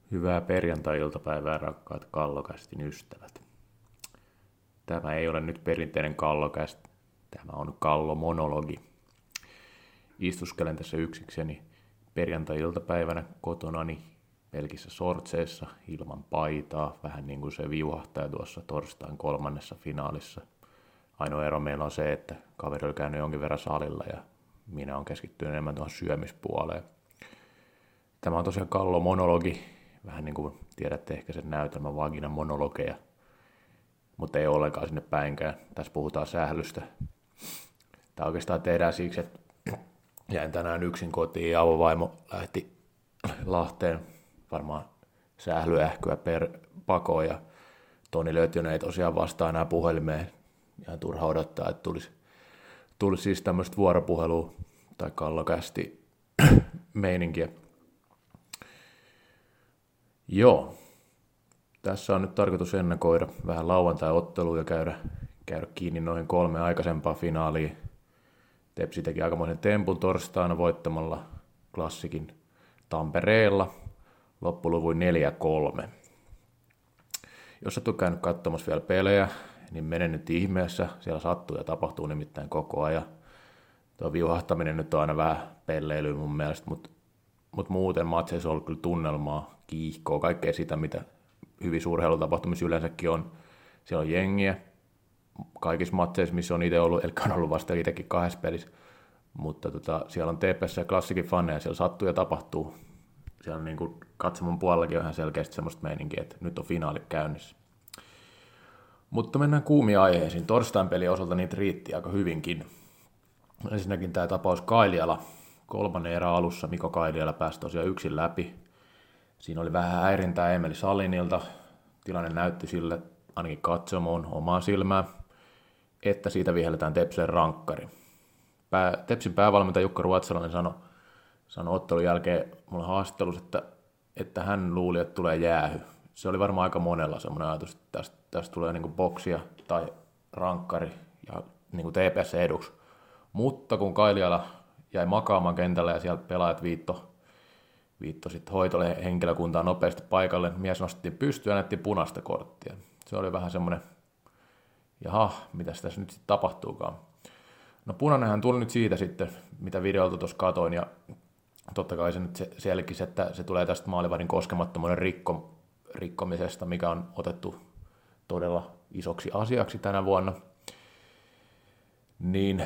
Hyvää perjantai-iltapäivää, rakkaat Kallokästin ystävät. Tämä ei ole nyt perinteinen Kallokäst, tämä on Kallo-monologi. Istuskelen tässä yksikseni perjantai-iltapäivänä kotonani pelkissä sortseissa ilman paitaa, vähän niin kuin se viuhahtaja tuossa torstain 3. finaalissa. Ainoa ero meillä on se, että kaveri oli käynyt jonkin verran salilla ja minä olen keskittynyt enemmän tuohon syömispuoleen. Tämä on tosiaan Kallo-monologi, vähän niin kuin tiedätte ehkä sen näytelmän Vaginan monologeja, mutta ei ollenkaan sinne päinkään. Tässä puhutaan sählystä. Tämä oikeastaan tehdään siksi, että jäin tänään yksin kotiin ja avovaimo lähti Lahteen varmaan sählyähkyä per pakoon ja Toni Lötjönen ei tosiaan vastaa enää puhelimeen. Ihan turha odottaa, että tulisi siis tämmöistä vuoropuhelua tai Kallokästi meininkiä. Joo, tässä on nyt tarkoitus ennakoida vähän lauantai-ottelua ja käydä kiinni noihin 3 aikaisempaa finaaliin. Tepsi teki aikamoisen tempun torstaina voittamalla Klassikin Tampereella loppuluvuin 4-3. Jos et ole käynyt katsomassa vielä pelejä, niin mene nyt ihmeessä. Siellä sattuu ja tapahtuu nimittäin koko ajan. Tuo viuhahtaminen nyt on aina vähän pelleilyä mun mielestä, mutta muuten matseissa on ollut kyllä tunnelmaa, kiihkoa, kaikkea sitä, mitä hyvissä urheilutapahtumissa yleensäkin on. Siellä on jengiä kaikissa matseissa, missä on itse ollut, eli on ollut vasta itsekin 2 pelissä, mutta siellä on TPS ja Klassikin faneja, siellä sattuu ja tapahtuu. Siellä on niin kuin katsomon puolellakin on ihan selkeästi semmoista meininkiä, että nyt on finaali käynnissä. Mutta mennään kuumiin aiheisiin. Torstain pelin osalta niitä riitti aika hyvinkin. Ensinnäkin tämä tapaus Kailiala. 3. erän alussa Mikko Kailiala pääsi tosiaan yksin läpi. Siinä oli vähän häirintää Emeli Salinilta. Tilanne näytti sille, ainakin katsomoon omaa silmää, että siitä vihelletään Tepsille rankkari. Tepsin päävalmentaja Jukka Ruotsalainen sanoi ottelun jälkeen mulle haastattelussa, että hän luuli, että tulee jäähy. Se oli varmaan aika monella semmoinen ajatus, että tästä tulee niin kuin boksia tai rankkari ja niin kuin TPS eduksi. Mutta kun Kailiala jäi makaamaan kentällä ja sieltä pelaajat viitto sitten hoitolle henkilökuntaa nopeasti paikalle, mies nostettiin pystyyn ja näytti punaista korttia. Se oli vähän semmoinen, jaha, mitä tässä nyt sitten tapahtuukaan. No punainenhan tuli nyt siitä sitten, mitä videolta tuossa katoin, ja totta kai se nyt selkisi, että se tulee tästä maalivahdin koskemattomuuden rikkomisesta, mikä on otettu todella isoksi asiaksi tänä vuonna. Niin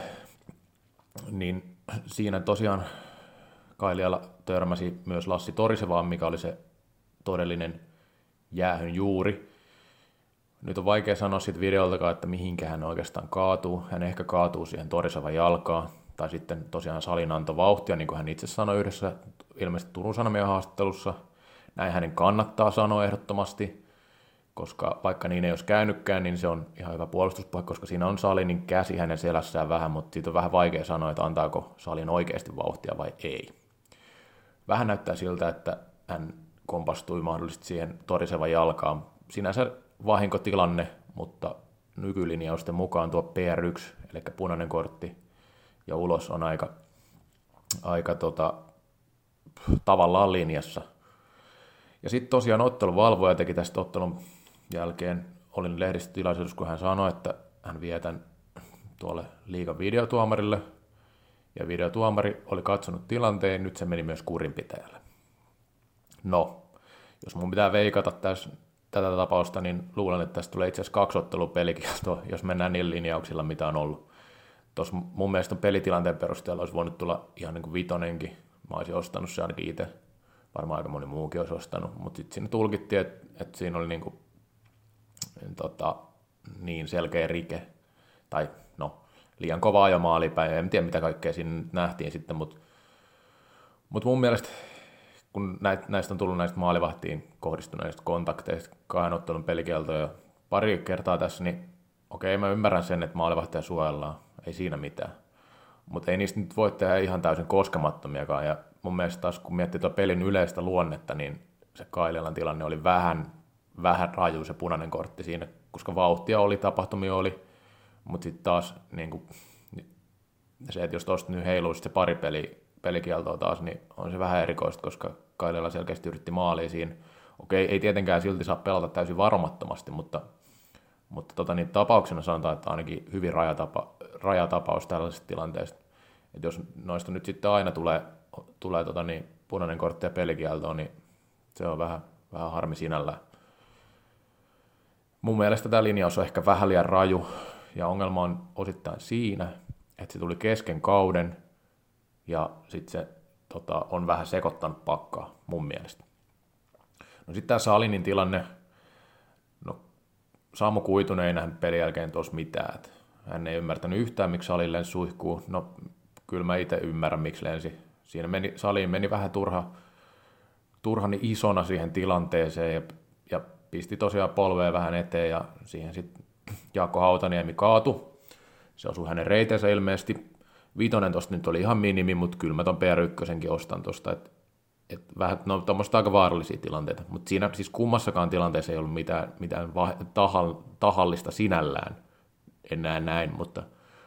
siinä tosiaan Kailiala törmäsi myös Lassi Torisevaan, mikä oli se todellinen jäähyn juuri. Nyt on vaikea sanoa siitä videoltakaan, että mihinkä hän oikeastaan kaatuu. Hän ehkä kaatuu siihen Torisevan jalkaan, tai sitten tosiaan Salin antoi vauhtia, niin kuin hän itse sanoi yhdessä ilmeisesti Turun Sanomien haastattelussa. Näin hänen kannattaa sanoa ehdottomasti, koska vaikka niin ei olisi käynytkään, niin se on ihan hyvä puolustuspaikka, koska siinä on Salinin käsi hänen selässään vähän, mutta siitä on vähän vaikea sanoa, että antaako Salin oikeasti vauhtia vai ei. Vähän näyttää siltä, että hän kompastui mahdollisesti siihen Torisevan jalkaan. Sinänsä vahinkotilanne, mutta nykylinjausten mukaan tuo PR1, eli punainen kortti ja ulos on aika tavallaan linjassa. Ja sitten tosiaan otteluvalvoja teki tästä ottelun jälkeen, olin lehdistötilaisuudessa, kun hän sanoi, että hän vie tämän tuolle liigan videotuomarille, ja videotuomari oli katsonut tilanteen, nyt se meni myös kurinpitäjälle. No, jos mun pitää veikata tätä tapausta, niin luulen, että tästä tulee itse asiassa 2 ottelupelikieltoa, jos mennään niillä linjauksilla, mitä on ollut. Tuossa mun mielestä pelitilanteen perusteella olisi voinut tulla ihan niin kuin 5. Mä olisin ostanut se ainakin itse. Varmaan aika moni muukin olisi ostanut, mutta sitten siinä tulkittiin, että siinä oli niin selkeä rike, tai no, liian kova ajo maalipäin, en tiedä mitä kaikkea siinä nähtiin sitten, mutta mun mielestä, kun näistä on tullut näistä maalivahtiin kohdistuneista kontakteista, 2 ottelun pelikieltoja pari kertaa tässä, niin okei, mä ymmärrän sen, että maalivahtia suojellaan, ei siinä mitään, mutta ei niistä nyt voi tehdä ihan täysin koskemattomiakaan, ja mun mielestä taas kun miettii tuo pelin yleistä luonnetta, niin se Kailialan tilanne oli vähän raju se punainen kortti siinä, koska vauhtia oli, tapahtumia oli, mutta sitten taas niin kuin, se, että jos tuosta nyt heiluu se pari pelikieltoa taas, niin on se vähän erikoista, koska Kailiala selkeästi yritti maalia siinä. Okei, ei tietenkään silti saa pelata täysin varomattomasti, mutta niin tapauksena sanotaan, että ainakin hyvin rajatapaus tällaisesta tilanteesta. Että jos noista nyt sitten aina tulee punainen kortti ja pelikieltoon, niin se on vähän harmi sinällään. Mun mielestä tämä linjaus on ehkä vähän liian raju, ja ongelma on osittain siinä, että se tuli kesken kauden, ja sitten se on vähän sekoittanut pakkaa mun mielestä. No sitten tämä Salinin tilanne, no Samu Kuitunen ei nähnyt pelin jälkeen tuossa mitään, että hän ei ymmärtänyt yhtään, miksi Salin lensi suihkuun. No kyllä mä itse ymmärrän, miksi lensi. Saliin meni vähän turhan isona siihen tilanteeseen ja pisti tosiaan polveen vähän eteen ja siihen sitten Jaakko Hautaniemi kaatui. Se osui hänen reiteensä ilmeisesti. 5 tosta nyt oli ihan minimi, mutta kyllä mä ton PR1 ostan tosta, että vähän, no tommoista aika vaarallisia tilanteita, mutta siinä siis kummassakaan tilanteessa ei ollut mitään tahallista sinällään, en näe näin, mutta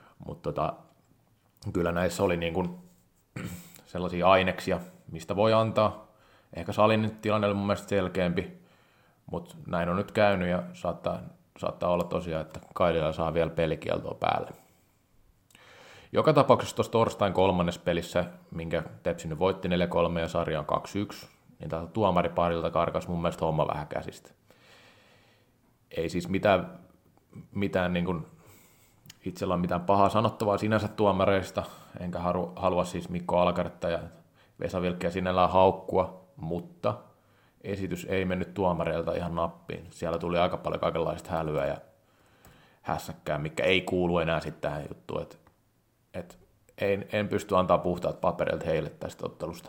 kyllä näissä oli niin kuin sellaisia aineksia, mistä voi antaa. Ehkä Salin tilanne oli mun mielestä selkeämpi, mutta näin on nyt käynyt ja saattaa olla tosiaan, että Kaidila saa vielä pelikieltoa päälle. Joka tapauksessa tuossa torstain 3. pelissä, minkä Tepsi nyt voitti 4-3 ja sarja on 2-1, niin tältä tuomariparilta karkas mun mielestä homma vähän käsistä. Ei siis mitään niin kuin, itsellä on mitään pahaa sanottavaa sinänsä tuomareista, enkä halua siis Mikko Alkaretta ja Vesa Vilkkiä sinällään haukkua, mutta esitys ei mennyt tuomareilta ihan nappiin. Siellä tuli aika paljon kaikenlaista hälyä ja hässäkkää, mikä ei kuulu enää sitten tähän juttuun, että en pysty antaa puhtaat paperilta heille tästä ottelusta.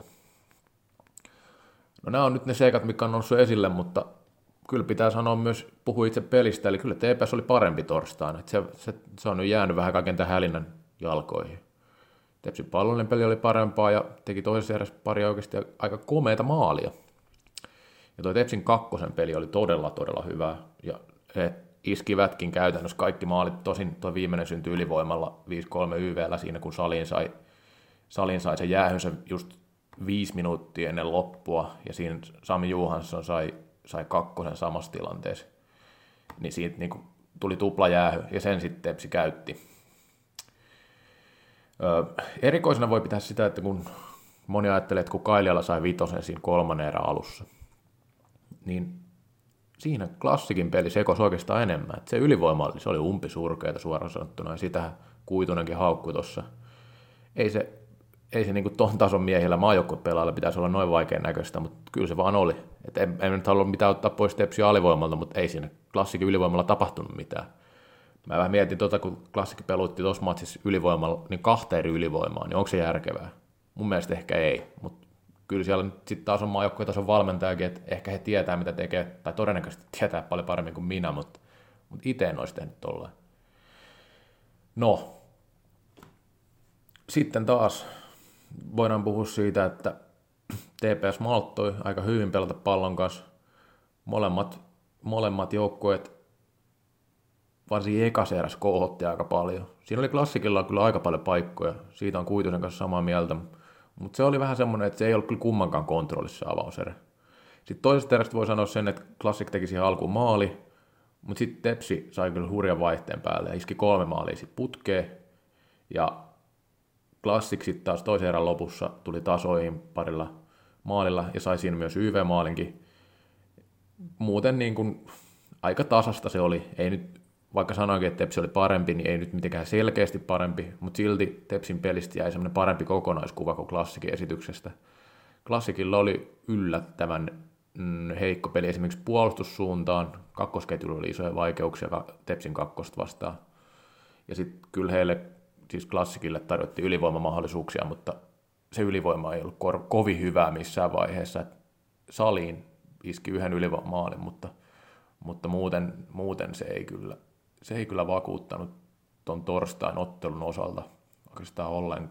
No nämä on nyt ne seikat, mikä on noussut esille, mutta kyllä pitää sanoa myös, puhui itse pelistä, eli kyllä TPS oli parempi torstaina. Se on nyt jäänyt vähän kaiken tämän hälinän jalkoihin. Tepsin pallollinen peli oli parempaa ja teki toisessa erässä pari oikeasti aika komeita maalia. Ja toi Tepsin 2. peli oli todella hyvä ja he iskivätkin käytännössä kaikki maalit, tosin tuo viimeinen syntyi ylivoimalla 5-3 YV:llä siinä, kun Salin sai sen jäähynsä just 5 minuuttia ennen loppua, ja siinä Sami Johansson sai 2. samassa tilanteessa. Niin siitä niin tuli tupla jäähy, ja sen sitten Tepsi käytti. Erikoisena voi pitää sitä, että kun moni ajattelee, että kun Kailiala sai 5 siinä 3. erän alussa, niin siinä klassikin peli sekosi oikeastaan enemmän. Se ylivoima oli umpisurkeita suoraan sanottuna, ja sitä Kuitunenkin haukkui tuossa. Ei se niin kuin ton tason miehillä maajoukkuepelaajilla pitäisi olla noin vaikean näköistä, mutta kyllä se vaan oli. Et en nyt halua mitään ottaa pois Tepsiä alivoimalta, mutta ei siinä klassikin ylivoimalla tapahtunut mitään. Mä vähän mietin, kun klassikin pelutti tuossa matsissa ylivoimalla, niin 2 eri ylivoimaa, niin onko se järkevää? Mun mielestä ehkä ei, mutta kyllä siellä sitten taas on maajoukkuetason valmentajakin, että ehkä he tietää, mitä tekee, tai todennäköisesti tietää paljon paremmin kuin minä, mutta itse en olisi tehnyt tolleen. No, sitten taas voidaan puhua siitä, että TPS malttoi aika hyvin pelata pallon kanssa. Molemmat joukkueet varsinkin ekassa erässä kohotti aika paljon. Siinä oli klassikilla kyllä aika paljon paikkoja, siitä on Kuitusen kanssa samaa mieltä, mutta se oli vähän semmoinen, että se ei ollut kyllä kummankaan kontrollissa avauserä. Sitten toisesta erästä voi sanoa sen, että Classic teki siihen alkuun maali, mutta sitten Tepsi sai kyllä hurjan vaihteen päälle ja iski 3 maalia sitten putkeen. Ja Classic sitten taas toisen erän lopussa tuli tasoihin parilla maalilla ja sai siinä myös YV-maalinkin. Muuten niin kuin aika tasasta se oli. Ei nyt, vaikka sanoinkin, että Tepsi oli parempi, niin ei nyt mitenkään selkeästi parempi, mutta silti Tepsin pelistä jäi semmoinen parempi kokonaiskuva kuin Classicin esityksestä. Classicilla oli yllättävän heikko peli esimerkiksi puolustussuuntaan. Kakkosketjulla oli isoja vaikeuksia Tepsin 2 vastaan. Ja sitten kyllä heille, siis Classicille tarjottiin ylivoimamahdollisuuksia, mutta se ylivoima ei ollut kovin hyvää missään vaiheessa. Saliin iski 1 ylivoimamaalin, mutta muuten se ei kyllä vakuuttanut ton torstain ottelun osalta oikeastaan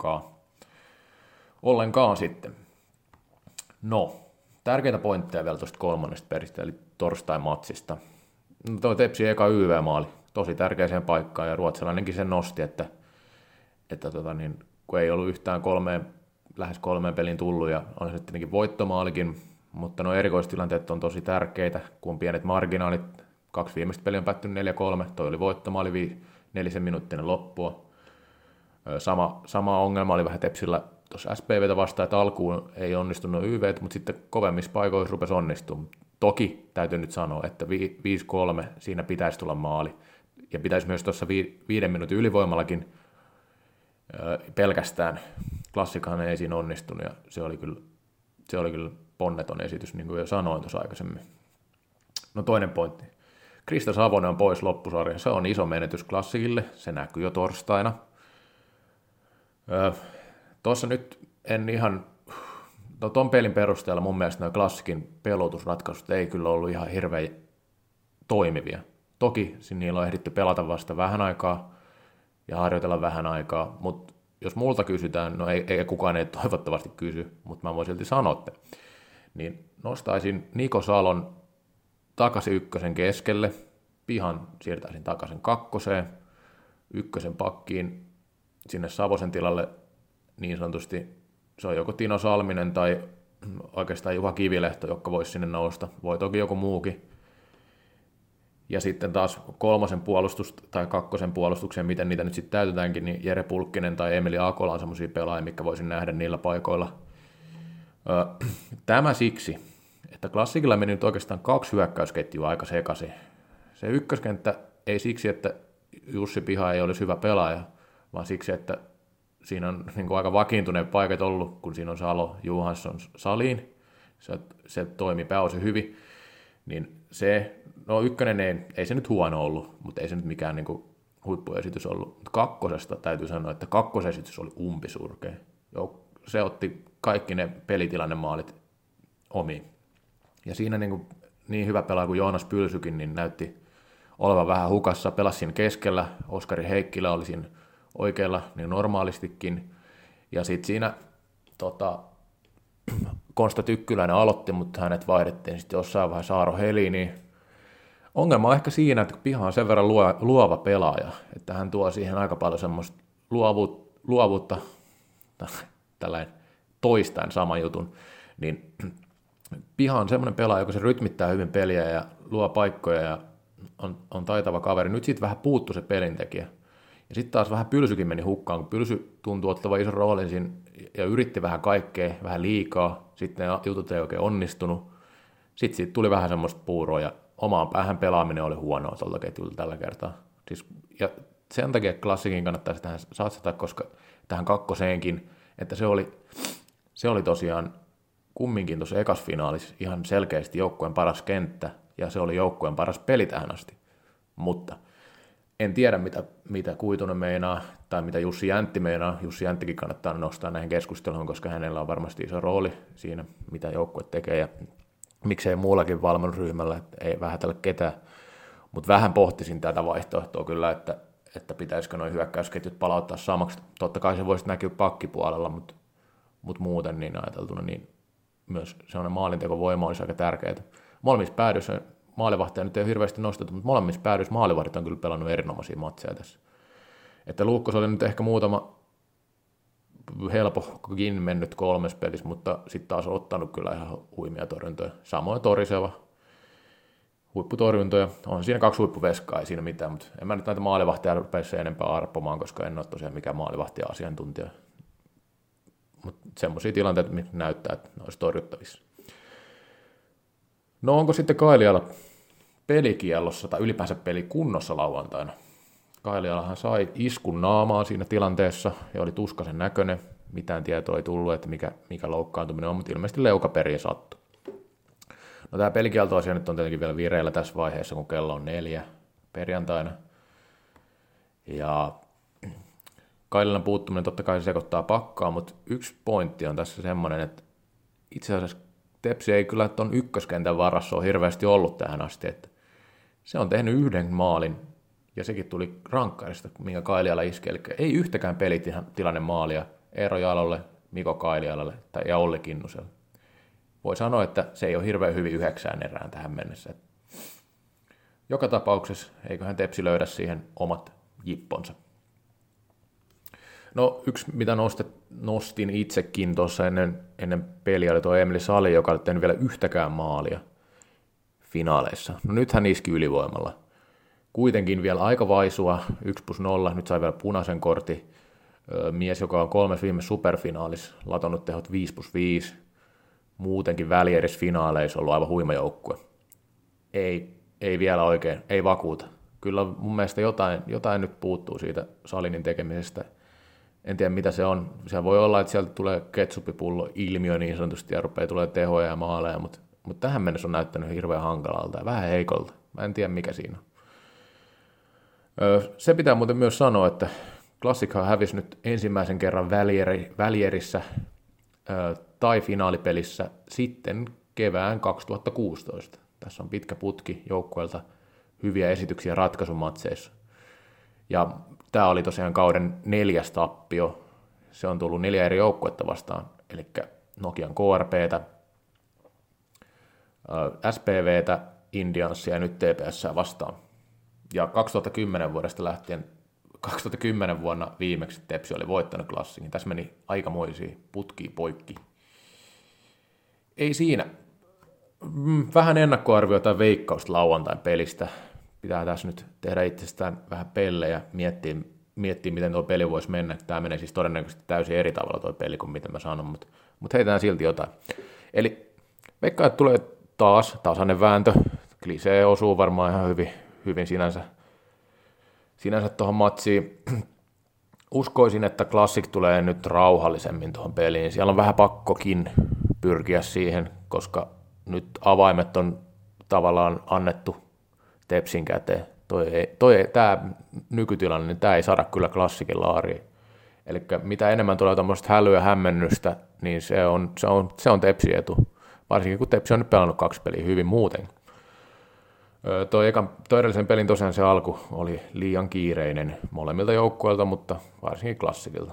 ollenkaan sitten. No, tärkeitä pointteja vielä tuosta 3. peristä, eli torstain matsista. No, toi Tepsi eka YV-maali, tosi tärkeäseen paikkaan, ja ruotsalainenkin sen nosti, että kun ei ollut yhtään lähes 3 pelin tullut, ja on se tietenkin voittomaalikin, mutta nuo erikoistilanteet on tosi tärkeitä, kun pienet marginaalit, 2 viimeistä peliä on päättynyt 4-3, toi oli voittomaali 4 minuuttinen loppua. Sama ongelma oli vähän Tepsillä tuossa SPVtä vastaan, että alkuun ei onnistunut YVt, mutta sitten kovemmissa paikoissa rupesi onnistumaan. Toki täytyy nyt sanoa, että 5-3 siinä pitäisi tulla maali, ja pitäisi myös tuossa 5 minuutin ylivoimallakin pelkästään. Klassikahan ei siinä onnistunut, ja se oli kyllä ponneton esitys, niin kuin jo sanoin tuossa aikaisemmin. No toinen pointti. Krista Savonen on pois loppusarjan. Se on iso menetys Klassikille, se näkyy jo torstaina. Tuossa nyt en ihan, no ton pelin perusteella mun mielestä nuo Klassikin pelotusratkaisut ei kyllä ollut ihan hirveän toimivia. Toki niillä on ehditty pelata vasta vähän aikaa ja harjoitella vähän aikaa, mutta jos multa kysytään, no ei kukaan ei toivottavasti kysy, mutta mä voin silti sanoa, niin nostaisin Niko Salon takaisin ykkösen keskelle, pihan siirtäisin takaisin kakkoseen, ykkösen pakkiin sinne Savosen tilalle niin sanotusti, se on joko Tino Salminen tai oikeastaan Juha Kivilehto, joka voisi sinne nousta, voi toki joku muukin. Ja sitten taas kolmosen puolustus tai kakkosen puolustukseen, miten niitä nyt sitten täytetäänkin, niin Jere Pulkkinen tai Emeli Akola on semmoisia pelaajia, mitkä voisin nähdä niillä paikoilla. Tämä siksi, että Klassikilla meni nyt oikeastaan 2 hyökkäysketjua aika sekaisin. Se ykköskenttä ei siksi, että Jussi Piha ei olisi hyvä pelaaja, vaan siksi, että siinä on niin kuin aika vakiintuneet paikat ollut, kun siinä on Salo, Johansson, Salin. Se toimi pääosin hyvin. Niin se, no ykkönen ei se nyt huono ollut, mutta ei se nyt mikään niin kuin huippuesitys ollut. Mutta kakkosesta täytyy sanoa, että kakkosesitys oli umpisurkea. Se otti kaikki ne pelitilannemaalit omiin. Ja siinä niin hyvä pelaaja kuin Joonas Pylsykin niin näytti olevan vähän hukassa, pelasi siinä keskellä, Oskari Heikkilä oli siinä oikealla niin normaalistikin, ja sitten siinä Konsta Tykkyläinen aloitti, mutta hänet vaihdettiin sitten jossain vaiheessa Aaro Heli, niin ongelma on ehkä siinä, että Piha on sen verran luova pelaaja, että hän tuo siihen aika paljon semmoista luovuutta tällainen toistaen sama jutun, niin Piha on semmoinen pelaaja, joka se rytmittää hyvin peliä ja luo paikkoja ja on taitava kaveri. Nyt siitä vähän puuttui se pelintekijä. Ja sitten taas vähän Pylsykin meni hukkaan, kun Pylsy tuntui ottavan ison roolin siinä ja yritti vähän kaikkea, vähän liikaa. Sitten ne jutut ei oikein onnistunut. Sitten siitä tuli vähän semmoista puuroa ja omaan päähän pelaaminen oli huonoa tuolta ketjulta tällä kertaa. Ja sen takia Klassikin kannattaisi tähän satsata, koska tähän kakkoseenkin, että se oli tosiaan kumminkin tuossa ekasfinaalissa ihan selkeästi joukkueen paras kenttä, ja se oli joukkueen paras peli tähän asti. Mutta en tiedä, mitä Kuitunen meinaa, tai mitä Jussi Jäntti meinaa. Jussi Jänttikin kannattaa nostaa näihin keskusteluun, koska hänellä on varmasti iso rooli siinä, mitä joukkue tekee, ja miksei muullakin valmennusryhmällä, että ei vähätellä ketään. Mutta vähän pohtisin tätä vaihtoehtoa kyllä, että pitäisikö nuo hyökkäysketjut palauttaa samaksi. Totta kai se voisi näkyä pakkipuolella, mutta muuten niin ajateltuna, niin myös sellainen maalintekovoima olisi aika tärkeää. Molemmissa päädyissä maalivahtia nyt ei ole hirveästi nostettu, mutta molemmissa päädyissä maalivahdit on kyllä pelannut erinomaisia matseja tässä. Että Luukkos oli nyt ehkä muutama helpokin mennyt 3 pelissä, mutta sitten taas on ottanut kyllä ihan huimia torjuntoja. Samoin Toriseva, huipputorjuntoja. On siinä 2 huippuveskaa, ei siinä mitään, mutta en mä nyt näitä maalivahtia rupeisi enempää arpomaan, koska en ole tosiaan mikään maalivahtia-asiantuntija. Mutta semmoisia tilanteita, mitkä näyttää, että ne olisi torjuttavissa. No onko sitten Kailiala pelikiellossa tai ylipäänsä pelikunnossa lauantaina? Kailialahan sai iskun naamaan siinä tilanteessa ja oli tuskaisen näköinen. Mitään tietoa ei tullut, että mikä loukkaantuminen on, mutta ilmeisesti leukaperiin sattui. No tämä pelikieltoasia nyt on tietenkin vielä vireillä tässä vaiheessa, kun kello on 4 perjantaina. Ja Kaililan puuttuminen totta kai se sekoittaa pakkaa, mutta yksi pointti on tässä semmoinen, että itse asiassa Tepsi ei kyllä tuon ykköskentän varassa ole hirveästi ollut tähän asti, että se on tehnyt 1 maalin, ja sekin tuli rankkarista, minkä Kailiala iski, eli ei yhtäkään pelitilanne maalia Eero Jalolle, Miko Kailialalle tai Olli Kinnuselle. Voi sanoa, että se ei ole hirveän hyvin 9 erään tähän mennessä. Joka tapauksessa eiköhän Tepsi löydä siihen omat jipponsa. No yksi, mitä nostin itsekin tuossa ennen peliä, oli tuo Emeli Sali, joka ei tehnyt vielä yhtäkään maalia finaaleissa. No nyt hän iski ylivoimalla. Kuitenkin vielä aika vaisua, 1+0, nyt sai vielä punaisen kortin. Mies, joka on 3 viime superfinaalissa latonut tehot 5+5. Muutenkin välierissä finaaleissa ollut aivan huima joukkue. Ei vielä oikein, ei vakuuta. Kyllä mun mielestä jotain nyt puuttuu siitä Salinin tekemisestä. En tiedä mitä se on. Se voi olla, että sieltä tulee ketsuppipullo ilmiö niin sanotusti ja rupeaa tulee tehoja ja maaleja, mutta tähän mennessä on näyttänyt hirveän hankalalta ja vähän heikolta. Mä en tiedä mikä siinä on. Se pitää muuten myös sanoa, että Klassikhan hävisi nyt ensimmäisen kerran välierissä tai finaalipelissä sitten kevään 2016. Tässä on pitkä putki joukkueelta hyviä esityksiä ratkaisumatseissa. Ja tämä oli tosiaan kauden 4. tappio. Se on tullut 4 eri joukkuetta vastaan, eli Nokian KRPtä, SPVtä, Indiansia ja nyt TPS:ää vastaan. Ja 2010 vuodesta lähtien, 2010 vuonna viimeksi Tepsi oli voittanut Klassikin. Tässä meni aikamoisia putkia poikki. Ei siinä. Vähän ennakkoarvio tai veikkausta lauantain pelistä. Pitää tässä nyt tehdä itsestään vähän pellejä, miettiä miten tuo peli voisi mennä. Tämä menee siis todennäköisesti täysin eri tavalla tuo peli kuin mitä mä sanon, mutta heitetään silti jotain. Eli veikkaan, että tulee taas tasainen vääntö. Klisee osuu varmaan ihan hyvin sinänsä tuohon matsiin. Uskoisin, että Classic tulee nyt rauhallisemmin tuohon peliin. Siellä on vähän pakkokin pyrkiä siihen, koska nyt avaimet on tavallaan annettu Tepsin käteen. Tämä nykytilanne, niin tämä ei saada kyllä Classicin laariin. Eli mitä enemmän tulee tuommoista hälyä ja hämmennystä, niin se on Tepsin etu. Varsinkin kun Tepsi on nyt pelannut 2 peliä hyvin muuten. Toi edellisen pelin tosiaan se alku oli liian kiireinen molemmilta joukkueilta, mutta varsinkin Klassikilta.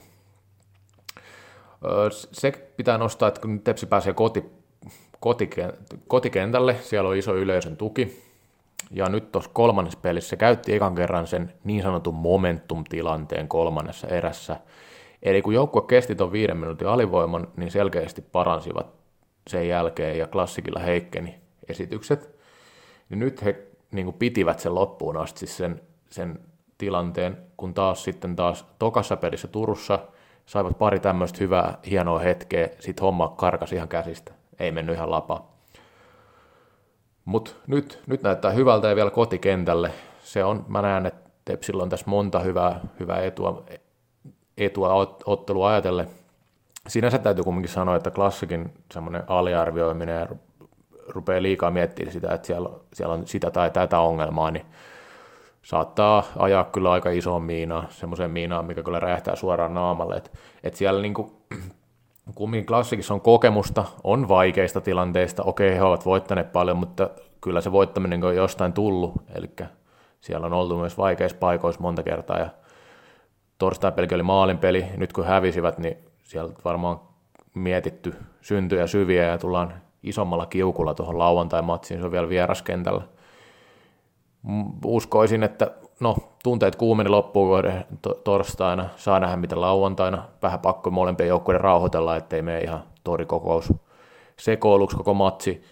Se pitää nostaa, että kun Tepsi pääsee kotikentälle, siellä on iso yleisön tuki, ja nyt tuossa 3. pelissä se käytti ekan kerran sen niin sanotun momentum-tilanteen 3. erässä. Eli kun joukkue kesti tuon 5 minuutin alivoiman, niin selkeästi paransivat sen jälkeen, ja Klassikilla heikkeni esitykset. Ja nyt he niin kuin pitivät sen loppuun asti sen tilanteen, kun taas tokassa pelissä Turussa saivat pari tämmöistä hyvää, hienoa hetkeä, sitten homma karkasi ihan käsistä, ei mennyt ihan lapaa. Mutta nyt näyttää hyvältä ja vielä kotikentälle. Mä näen, että Tepsillä on tässä monta hyvää etua ottelua ajatellen. Sinänsä täytyy kumminkin sanoa, että Klassikin semmoinen aliarvioiminen ja rupeaa liikaa miettimään sitä, että siellä on sitä tai tätä ongelmaa, niin saattaa ajaa kyllä aika isoon miinaan, semmoiseen miinaan, mikä kyllä räjähtää suoraan naamalle. Et siellä niinku, kumminkin Klassikissa on kokemusta, on vaikeista tilanteista, okei, he ovat voittaneet paljon, mutta kyllä se voittaminen on jostain tullut, eli siellä on oltu myös vaikeissa paikoissa monta kertaa, ja torstai-peli oli maalinpeli, nyt kun hävisivät, niin siellä varmaan mietitty syntyjä syviä, ja tullaan isommalla kiukulla tuohon lauantai-matsiin, se on vielä vieraskentällä. Uskoisin, että tunteet kuumeni loppuun torstaina, saa nähdä mitä lauantaina, vähän pakko molempien joukkueiden rauhoitella, ettei mene ihan torikokous sekoiluksi koko matsi.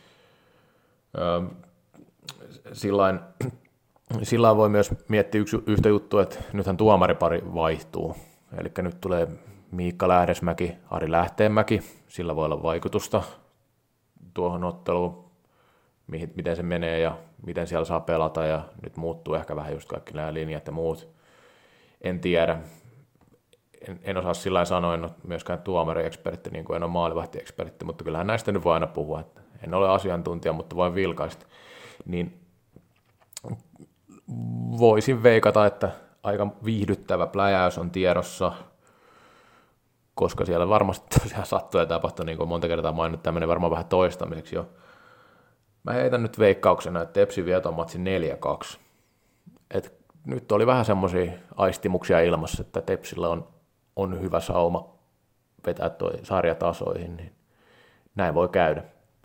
Sillain voi myös miettiä yhtä juttua, että nythän tuomaripari vaihtuu, eli nyt tulee Miikka Lähdesmäki, Ari Lähteenmäki, sillä voi olla vaikutusta tuohon otteluun, miten se menee ja miten siellä saa pelata, ja nyt muuttuu ehkä vähän just kaikki nämä linjat ja muut. En tiedä, en osaa sillä sanoa, en ole myöskään tuomariekspertti, niin kuin en ole maalivahtiekspertti, mutta kyllähän näistä nyt voi aina puhua. Että en ole asiantuntija, mutta voin vilkaista. Niin voisin veikata, että aika viihdyttävä pläjäys on tiedossa, koska siellä varmasti tosiaan sattuu ja tapahtuu, niin kuin monta kertaa mainittu, tämmöinen varmaan vähän toistamiseksi jo. Mä heitän nyt veikkauksena, että Tepsi vie ton matsin 4-2. Et nyt oli vähän semmoisia aistimuksia ilmassa, että Tepsillä on hyvä sauma vetää toi sarja tasoihin, niin näin voi käydä.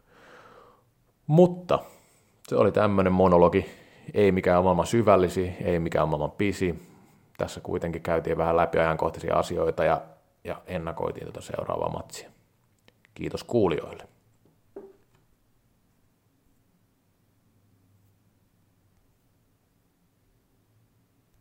Mutta se oli tämmöinen monologi, ei mikään maailman syvällisi, ei mikään maailman pisi. tässä kuitenkin käytiin vähän läpi ajankohtaisia asioita ja ennakoitiin tätä seuraavaa matsia. Kiitos kuulijoille.